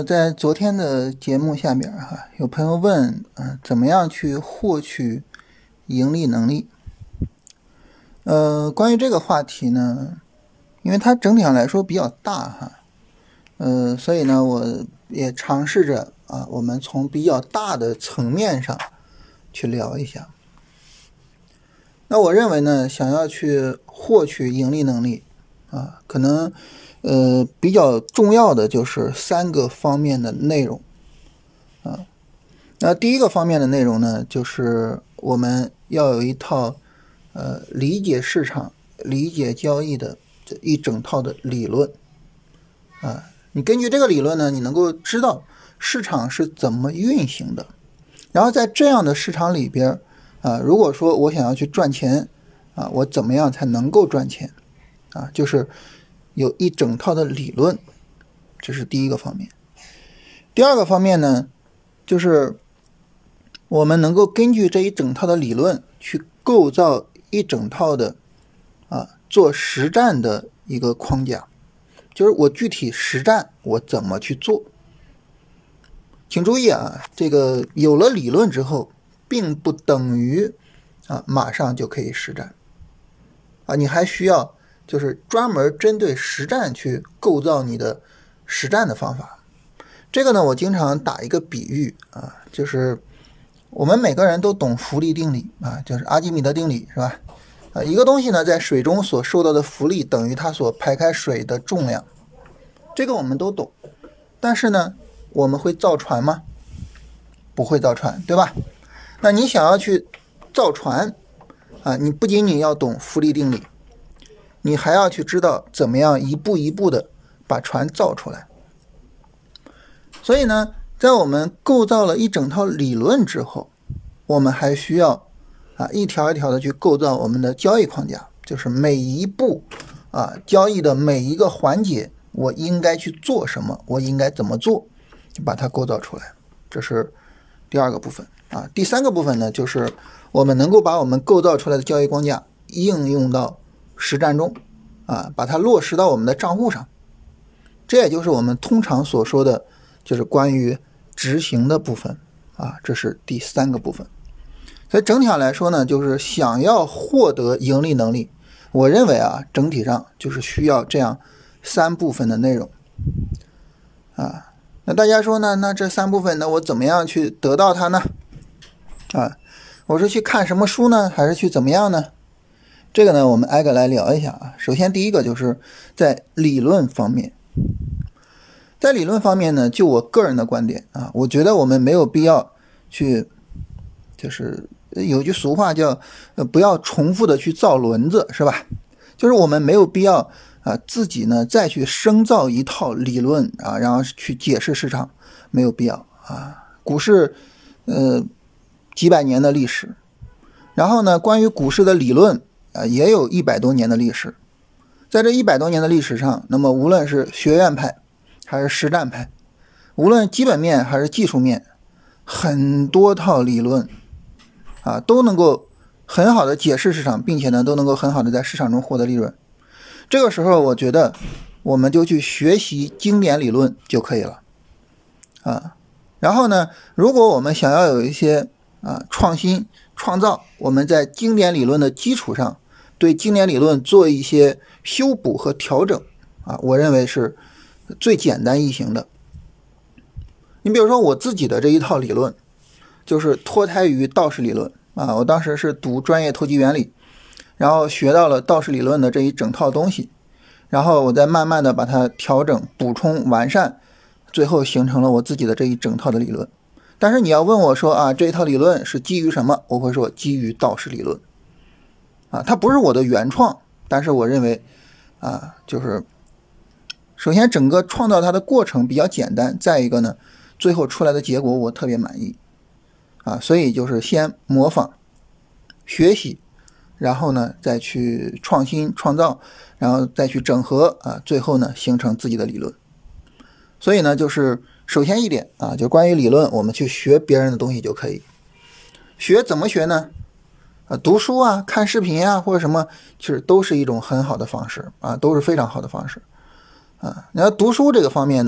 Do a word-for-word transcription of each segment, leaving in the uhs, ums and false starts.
在昨天的节目下边哈，有朋友问，嗯、呃，怎么样去获取盈利能力？呃，关于这个话题呢，因为它整体上来说比较大哈，呃，所以呢，我也尝试着啊，我们从比较大的层面上去聊一下。那我认为呢，想要去获取盈利能力啊，可能呃比较重要的就是三个方面的内容啊。那第一个方面的内容呢，就是我们要有一套呃理解市场、理解交易的这一整套的理论啊。你根据这个理论呢，你能够知道市场是怎么运行的，然后在这样的市场里边啊，如果说我想要去赚钱啊，我怎么样才能够赚钱啊？就是有一整套的理论，这是第一个方面。第二个方面呢，就是我们能够根据这一整套的理论去构造一整套的啊做实战的一个框架，就是我具体实战我怎么去做。请注意啊，这个有了理论之后，并不等于啊马上就可以实战啊，你还需要就是专门针对实战去构造你的实战的方法。这个呢，我经常打一个比喻啊，就是我们每个人都懂浮力定理啊，就是阿基米德定理是吧？啊，一个东西呢在水中所受到的浮力等于它所排开水的重量，这个我们都懂。但是呢，我们会造船吗？不会造船，对吧？那你想要去造船啊，你不仅仅要懂浮力定理，你还要去知道怎么样一步一步的把船造出来。所以呢，在我们构造了一整套理论之后，我们还需要啊一条一条的去构造我们的交易框架，就是每一步啊交易的每一个环节，我应该去做什么，我应该怎么做，就把它构造出来。这是第二个部分啊。第三个部分呢，就是我们能够把我们构造出来的交易框架应用到实战中啊，把它落实到我们的账户上。这也就是我们通常所说的就是关于执行的部分啊，这是第三个部分。所以整体上来说呢，就是想要获得盈利能力，我认为啊，整体上就是需要这样三部分的内容啊。那大家说呢，那这三部分呢，我怎么样去得到它呢？啊，我是去看什么书呢，还是去怎么样呢？这个呢，我们挨个来聊一下啊。首先第一个就是在理论方面，在理论方面呢，就我个人的观点啊，我觉得我们没有必要去，就是有句俗话叫呃不要重复的去造轮子，是吧？就是我们没有必要啊自己呢再去生造一套理论啊，然后去解释市场，没有必要啊。股市呃几百年的历史，然后呢，关于股市的理论啊也有一百多年的历史。在这一百多年的历史上，那么无论是学院派还是实战派，无论基本面还是技术面，很多套理论啊都能够很好的解释市场，并且呢都能够很好的在市场中获得利润。这个时候我觉得我们就去学习经典理论就可以了啊。然后呢，如果我们想要有一些啊创新创造，我们在经典理论的基础上对经典理论做一些修补和调整啊，我认为是最简单易行的。你比如说我自己的这一套理论就是脱胎于道氏理论啊，我当时是读专业投机原理，然后学到了道氏理论的这一整套东西，然后我再慢慢的把它调整补充完善，最后形成了我自己的这一整套的理论。但是你要问我说啊，这一套理论是基于什么，我会说基于道氏理论啊，它不是我的原创，但是我认为啊，就是首先整个创造它的过程比较简单，再一个呢，最后出来的结果我特别满意啊，所以就是先模仿学习，然后呢再去创新创造，然后再去整合啊，最后呢形成自己的理论。所以呢，就是首先一点啊，就关于理论，我们去学别人的东西就可以。学怎么学呢？啊，读书啊，看视频啊，或者什么，其实都是一种很好的方式啊，都是非常好的方式啊。你要读书这个方面呢，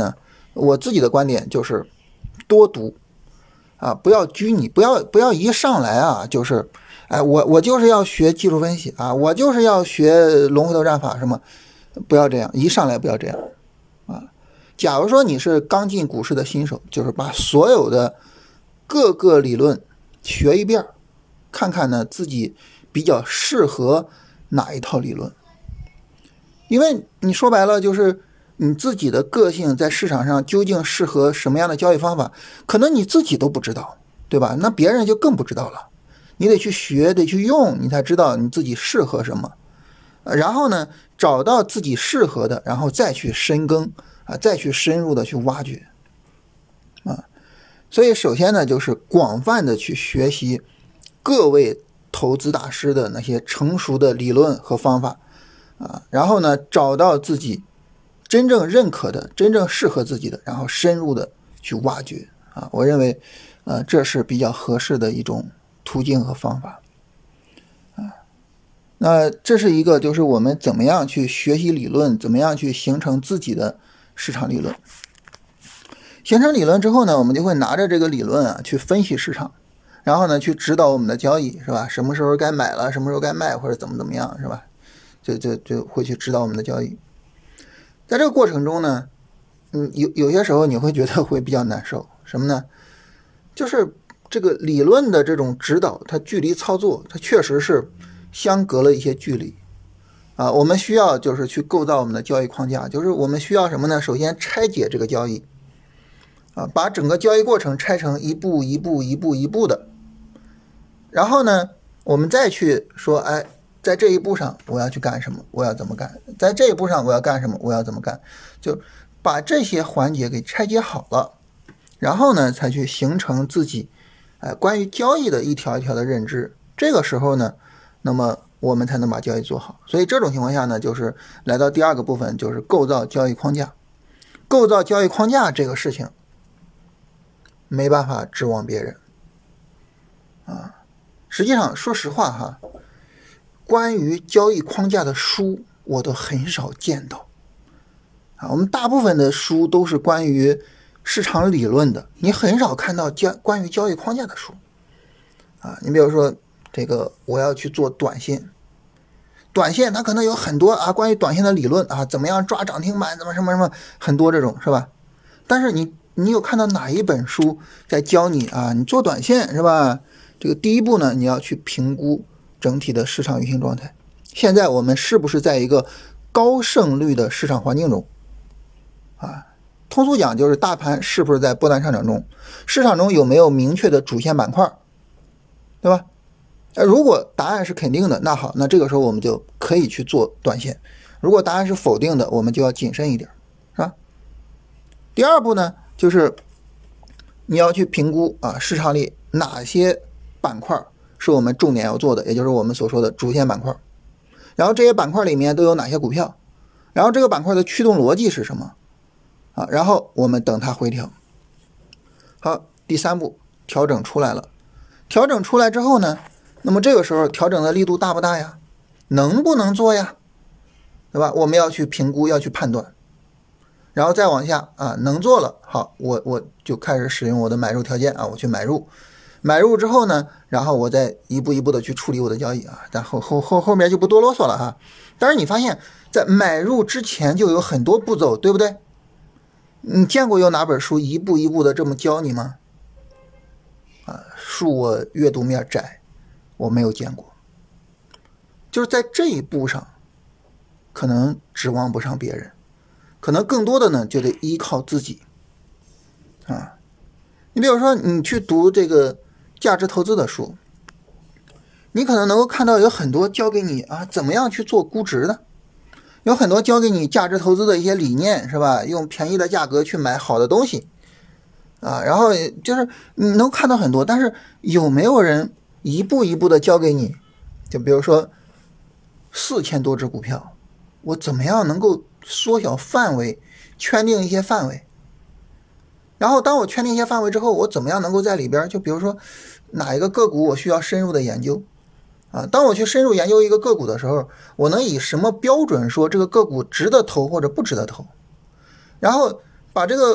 我自己的观点就是多读啊，不要拘泥，不要不要一上来啊就是哎我我就是要学技术分析啊，我就是要学龙回头战法什么，不要这样，一上来不要这样啊。假如说你是刚进股市的新手，就是把所有的各个理论学一遍，看看呢自己比较适合哪一套理论。因为你说白了就是你自己的个性在市场上究竟适合什么样的交易方法，可能你自己都不知道，对吧？那别人就更不知道了。你得去学，得去用，你才知道你自己适合什么。然后呢，找到自己适合的，然后再去深耕啊，再去深入的去挖掘啊。所以首先呢，就是广泛的去学习各位投资大师的那些成熟的理论和方法啊，然后呢，找到自己真正认可的、真正适合自己的，然后深入的去挖掘啊。我认为，呃，这是比较合适的一种途径和方法啊。那这是一个，就是我们怎么样去学习理论，怎么样去形成自己的市场理论。形成理论之后呢，我们就会拿着这个理论啊去分析市场，然后呢去指导我们的交易，是吧？什么时候该买了，什么时候该卖，或者怎么怎么样，是吧？就就就会去指导我们的交易。在这个过程中呢，嗯，有有些时候你会觉得会比较难受，什么呢？就是这个理论的这种指导，它距离操作，它确实是相隔了一些距离啊。我们需要就是去构造我们的交易框架，就是我们需要什么呢？首先拆解这个交易啊，把整个交易过程拆成一步一步一步一步的，然后呢，我们再去说，哎，在这一步上我要去干什么，我要怎么干，在这一步上我要干什么，我要怎么干，就把这些环节给拆解好了，然后呢才去形成自己哎关于交易的一条一条的认知。这个时候呢，那么我们才能把交易做好。所以这种情况下呢，就是来到第二个部分，就是构造交易框架。构造交易框架这个事情没办法指望别人啊。实际上说实话哈，关于交易框架的书我都很少见到啊。我们大部分的书都是关于市场理论的，你很少看到交关于交易框架的书啊。你比如说这个我要去做短线，短线它可能有很多啊关于短线的理论啊，怎么样抓涨停板，怎么什么什么，很多这种是吧？但是你你有看到哪一本书在教你啊？你做短线是吧？这个第一步呢，你要去评估整体的市场运行状态。现在我们是不是在一个高胜率的市场环境中啊？通俗讲就是大盘是不是在波段上涨中，市场中有没有明确的主线板块，对吧？如果答案是肯定的，那好，那这个时候我们就可以去做短线。如果答案是否定的，我们就要谨慎一点，是吧？第二步呢，就是你要去评估啊，市场里哪些板块是我们重点要做的，也就是我们所说的主线板块。然后这些板块里面都有哪些股票，然后这个板块的驱动逻辑是什么啊？然后我们等它回调。好，第三步，调整出来了。调整出来之后呢，那么这个时候调整的力度大不大呀？能不能做呀？对吧？我们要去评估，要去判断。然后再往下啊，能做了，好，我我就开始使用我的买入条件啊，我去买入。买入之后呢，然后我再一步一步的去处理我的交易啊，但后后后后面就不多啰嗦了哈。但是你发现，在买入之前就有很多步骤，对不对？你见过有哪本书一步一步的这么教你吗？啊，恕我阅读面窄，我没有见过。就是在这一步上，可能指望不上别人，可能更多的呢就得依靠自己啊。你比如说，你去读这个价值投资的书，你可能能够看到有很多教给你啊怎么样去做估值的，有很多教给你价值投资的一些理念，是吧？用便宜的价格去买好的东西啊，然后就是你能看到很多，但是有没有人一步一步的教给你？就比如说四千多只股票，我怎么样能够缩小范围，圈定一些范围？然后当我圈定一些范围之后，我怎么样能够在里边，就比如说哪一个个股我需要深入的研究啊？当我去深入研究一个个股的时候，我能以什么标准说这个个股值得投或者不值得投？然后把这个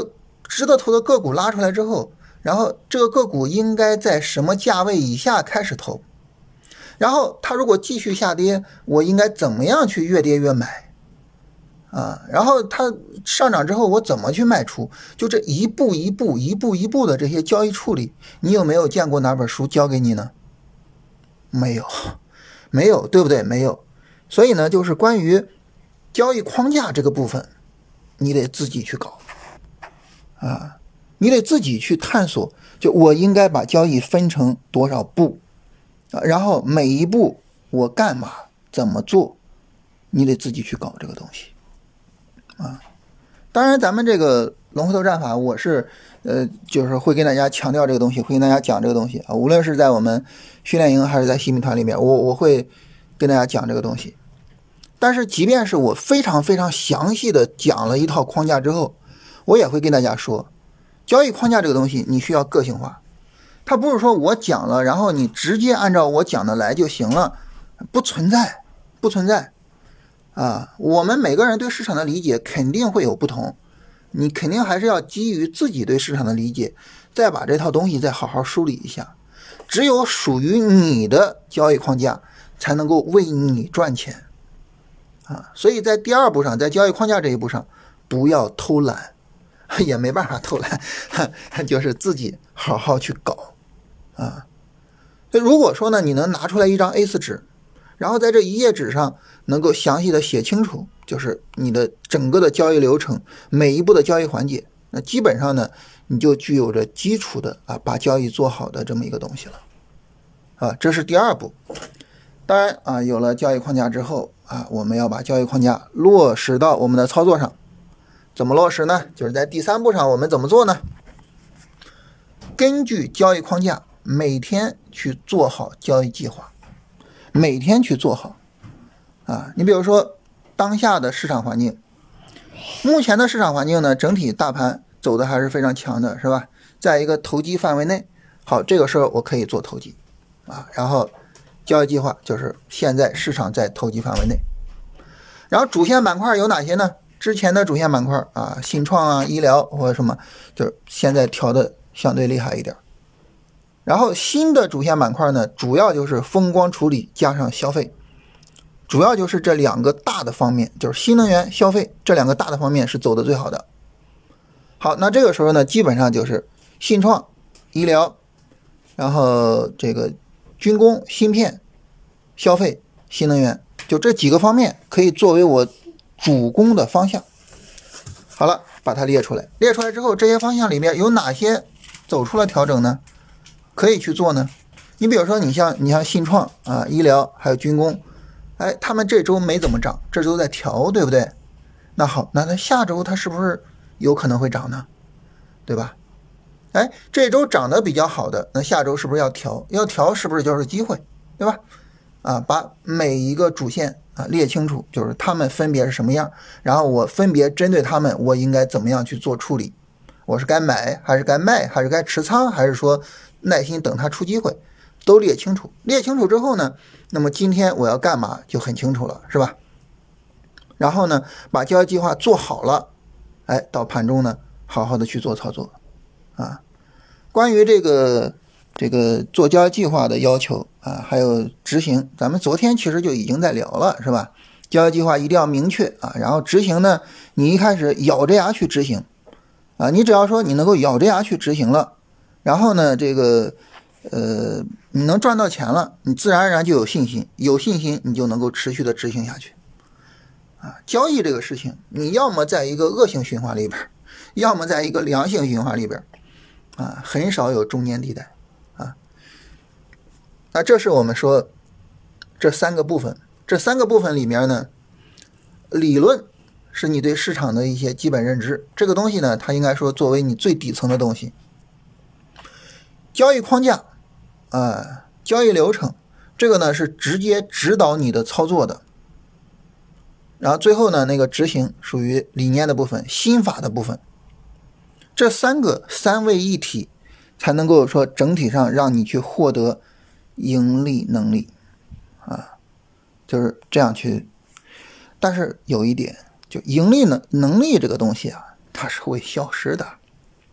值得投的个股拉出来之后，然后这个个股应该在什么价位以下开始投，然后它如果继续下跌，我应该怎么样去越跌越买啊？然后它上涨之后我怎么去卖出？就这一步一步一步一步的这些交易处理，你有没有见过哪本书教给你呢？没有，没有，对不对？没有。所以呢，就是关于交易框架这个部分，你得自己去搞啊，你得自己去探索。就我应该把交易分成多少步啊？然后每一步我干嘛？怎么做？你得自己去搞这个东西啊。当然，咱们这个龙回头战法，我是呃，就是会跟大家强调这个东西，会跟大家讲这个东西啊。无论是在我们训练营还是在新米团里面，我我会跟大家讲这个东西。但是，即便是我非常非常详细的讲了一套框架之后，我也会跟大家说，交易框架这个东西你需要个性化，它不是说我讲了，然后你直接按照我讲的来就行了，不存在，不存在。啊，我们每个人对市场的理解肯定会有不同，你肯定还是要基于自己对市场的理解，再把这套东西再好好梳理一下。只有属于你的交易框架，才能够为你赚钱啊！所以在第二步上，在交易框架这一步上，不要偷懒，也没办法偷懒，就是自己好好去搞啊。如果说呢，你能拿出来一张 A 四 纸，然后在这一页纸上能够详细的写清楚，就是你的整个的交易流程，每一步的交易环节，那基本上呢，你就具有着基础的啊，把交易做好的这么一个东西了啊，这是第二步。当然啊，有了交易框架之后啊，我们要把交易框架落实到我们的操作上。怎么落实呢？就是在第三步上，我们怎么做呢？根据交易框架，每天去做好交易计划。每天去做好啊！你比如说当下的市场环境，目前的市场环境呢，整体大盘走的还是非常强的，是吧？在一个投机范围内，好，这个时候我可以做投机啊。然后交易计划就是现在市场在投机范围内。然后主线板块有哪些呢？之前的主线板块啊，信创啊、医疗或者什么，就是现在调的相对厉害一点。然后新的主线板块呢，主要就是风光处理加上消费，主要就是这两个大的方面，就是新能源、消费这两个大的方面是走的最好的。好，那这个时候呢，基本上就是信创、医疗，然后这个军工、芯片、消费、新能源，就这几个方面可以作为我主攻的方向。好了，把它列出来，列出来之后，这些方向里面有哪些走出了调整呢？可以去做呢？你比如说，你像你像信创啊、医疗还有军工，哎，他们这周没怎么涨，这周在调，对不对？那好，那它下周它是不是有可能会涨呢？对吧？哎，这周涨得比较好的，那下周是不是要调？要调是不是就是机会？对吧？啊，把每一个主线啊列清楚，就是他们分别是什么样，然后我分别针对他们，我应该怎么样去做处理？我是该买还是该卖，还是该持仓，还是说耐心等它出机会，都列清楚。列清楚之后呢，那么今天我要干嘛就很清楚了，是吧？然后呢，把交易计划做好了，哎，到盘中呢，好好的去做操作啊。关于这个这个做交易计划的要求啊，还有执行，咱们昨天其实就已经在聊了，是吧？交易计划一定要明确啊，然后执行呢，你一开始咬着牙去执行啊，你只要说你能够咬着牙去执行了，然后呢，这个呃，你能赚到钱了，你自然而然就有信心，有信心你就能够持续的执行下去啊。交易这个事情，你要么在一个恶性循环里边，要么在一个良性循环里边啊，很少有中间地带啊。那这是我们说这三个部分，这三个部分里面呢，理论是你对市场的一些基本认知，这个东西呢，它应该说作为你最底层的东西。交易框架啊、呃，交易流程，这个呢是直接指导你的操作的。然后最后呢，那个执行属于理念的部分，心法的部分。这三个三位一体，才能够说整体上让你去获得盈利能力啊，就是这样去。但是有一点，就盈利能能力这个东西啊，它是会消失的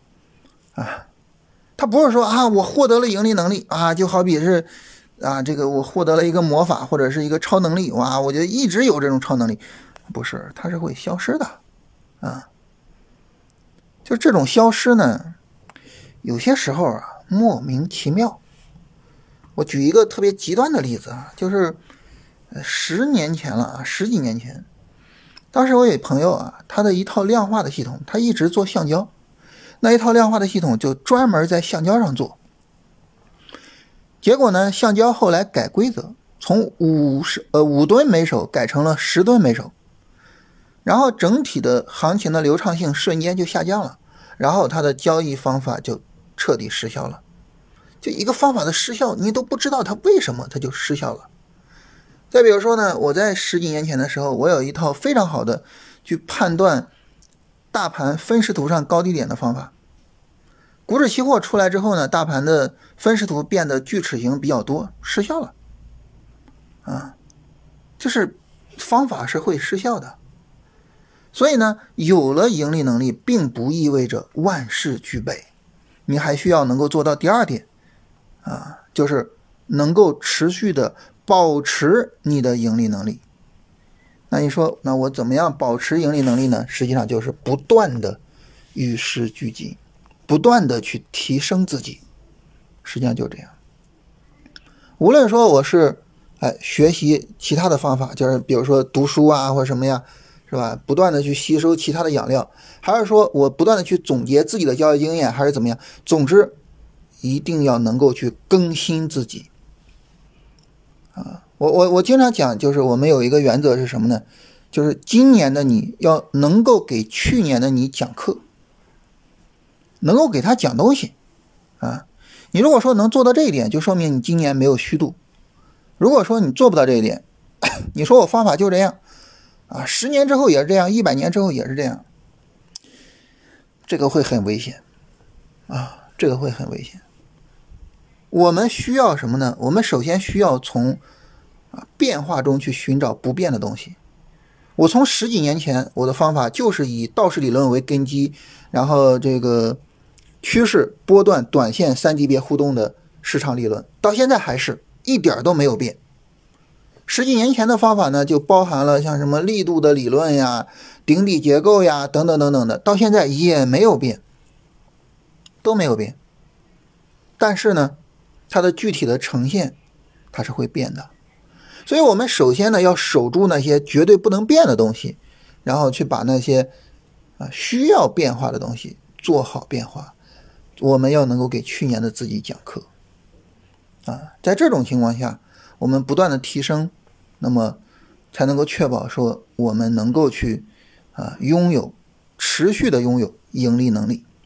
啊。他不是说啊，我获得了盈利能力啊，就好比是啊，这个我获得了一个魔法或者是一个超能力，哇，我就一直有这种超能力，不是，它是会消失的啊。就这种消失呢，有些时候啊莫名其妙。我举一个特别极端的例子啊，就是十年前了啊，十几年前，当时我有朋友啊，他的一套量化的系统，他一直做橡胶。那一套量化的系统就专门在橡胶上做，结果呢，橡胶后来改规则，从五十呃五吨每手改成了十吨每手，然后整体的行情的流畅性瞬间就下降了，然后它的交易方法就彻底失效了。就一个方法的失效，你都不知道它为什么它就失效了。再比如说呢，我在十几年前的时候，我有一套非常好的去判断大盘分时图上高低点的方法。股指期货出来之后呢，大盘的分时图变得锯齿形比较多，失效了啊，就是方法是会失效的。所以呢，有了盈利能力并不意味着万事俱备，你还需要能够做到第二点啊，就是能够持续的保持你的盈利能力。那你说，那我怎么样保持盈利能力呢？实际上就是不断的与时俱进，不断的去提升自己，实际上就这样。无论说我是哎学习其他的方法，就是比如说读书啊或者什么呀，是吧？不断的去吸收其他的养料，还是说我不断的去总结自己的交易经验，还是怎么样？总之，一定要能够去更新自己。啊，我我我经常讲，就是我们有一个原则是什么呢？就是今年的你要能够给去年的你讲课。能够给他讲东西啊，你如果说能做到这一点，就说明你今年没有虚度。如果说你做不到这一点，你说我方法就这样啊，十年之后也是这样，一百年之后也是这样，这个会很危险啊，这个会很危险。我们需要什么呢？我们首先需要从啊变化中去寻找不变的东西。我从十几年前，我的方法就是以道氏理论为根基，然后这个趋势、波段、短线三级别互动的市场理论，到现在还是一点都没有变。十几年前的方法呢，就包含了像什么力度的理论呀、顶底结构呀等等等等的，到现在也没有变，都没有变。但是呢，它的具体的呈现它是会变的。所以我们首先呢要守住那些绝对不能变的东西，然后去把那些啊需要变化的东西做好变化。我们要能够给去年的自己讲课啊，在这种情况下，我们不断的提升，那么才能够确保说我们能够去啊拥有持续的拥有盈利能力。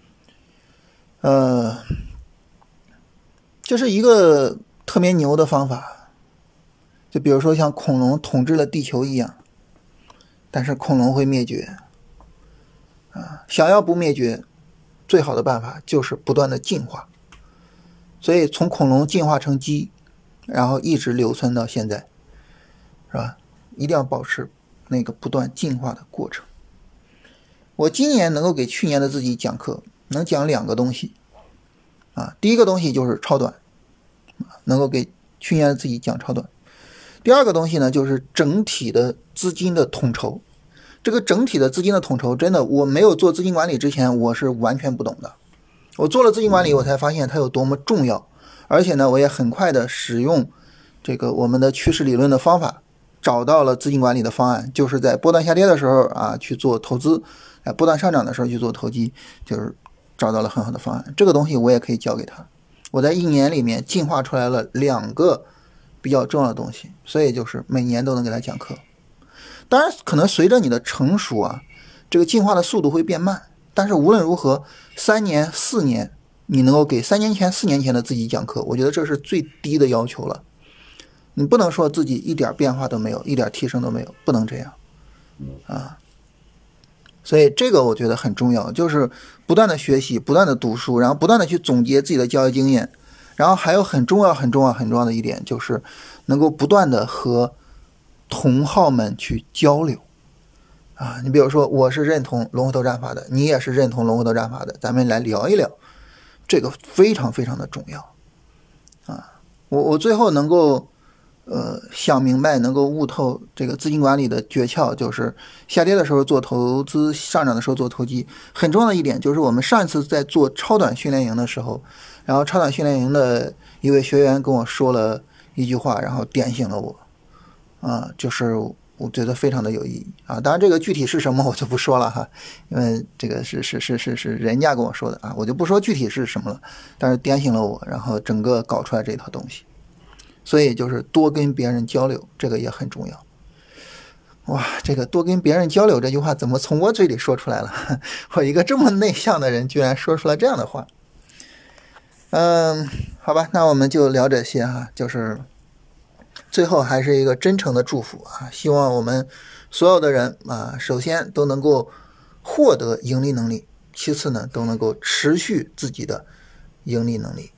呃，这是一个特别牛的方法。就比如说像恐龙统治了地球一样，但是恐龙会灭绝啊！想要不灭绝，最好的办法就是不断的进化。所以从恐龙进化成鸡，然后一直留存到现在，是吧？一定要保持那个不断进化的过程。我今年能够给去年的自己讲课，能讲两个东西啊。第一个东西就是超短，能够给去年的自己讲超短。第二个东西呢，就是整体的资金的统筹。这个整体的资金的统筹，真的我没有做资金管理之前，我是完全不懂的。我做了资金管理，我才发现它有多么重要。而且呢，我也很快的使用这个我们的趋势理论的方法，找到了资金管理的方案，就是在波段下跌的时候啊去做投资，在波段上涨的时候去做投机，就是找到了很好的方案。这个东西我也可以教给他。我在一年里面进化出来了两个比较重要的东西，所以就是每年都能给他讲课。当然可能随着你的成熟啊，这个进化的速度会变慢，但是无论如何三年四年你能够给三年前四年前的自己讲课，我觉得这是最低的要求了。你不能说自己一点变化都没有，一点提升都没有，不能这样啊。所以这个我觉得很重要，就是不断的学习，不断的读书，然后不断的去总结自己的交易经验。然后还有很重要很重要很重要的一点，就是能够不断的和同好们去交流啊。你比如说我是认同龙回头战法的，你也是认同龙回头战法的，咱们来聊一聊，这个非常非常的重要啊。我我最后能够呃想明白，能够悟透这个资金管理的诀窍，就是下跌的时候做投资，上涨的时候做投机。很重要的一点就是我们上一次在做超短训练营的时候，然后超短训练营的一位学员跟我说了一句话，然后点醒了我啊，就是我觉得非常的有意义啊。当然这个具体是什么我就不说了哈，因为这个是是是是是人家跟我说的啊，我就不说具体是什么了，但是点醒了我，然后整个搞出来这套东西。所以就是多跟别人交流，这个也很重要。哇，这个多跟别人交流这句话怎么从我嘴里说出来了？我一个这么内向的人居然说出了这样的话。嗯，好吧，那我们就聊这些哈，就是最后还是一个真诚的祝福啊，希望我们所有的人啊，首先都能够获得盈利能力，其次呢都能够持续自己的盈利能力。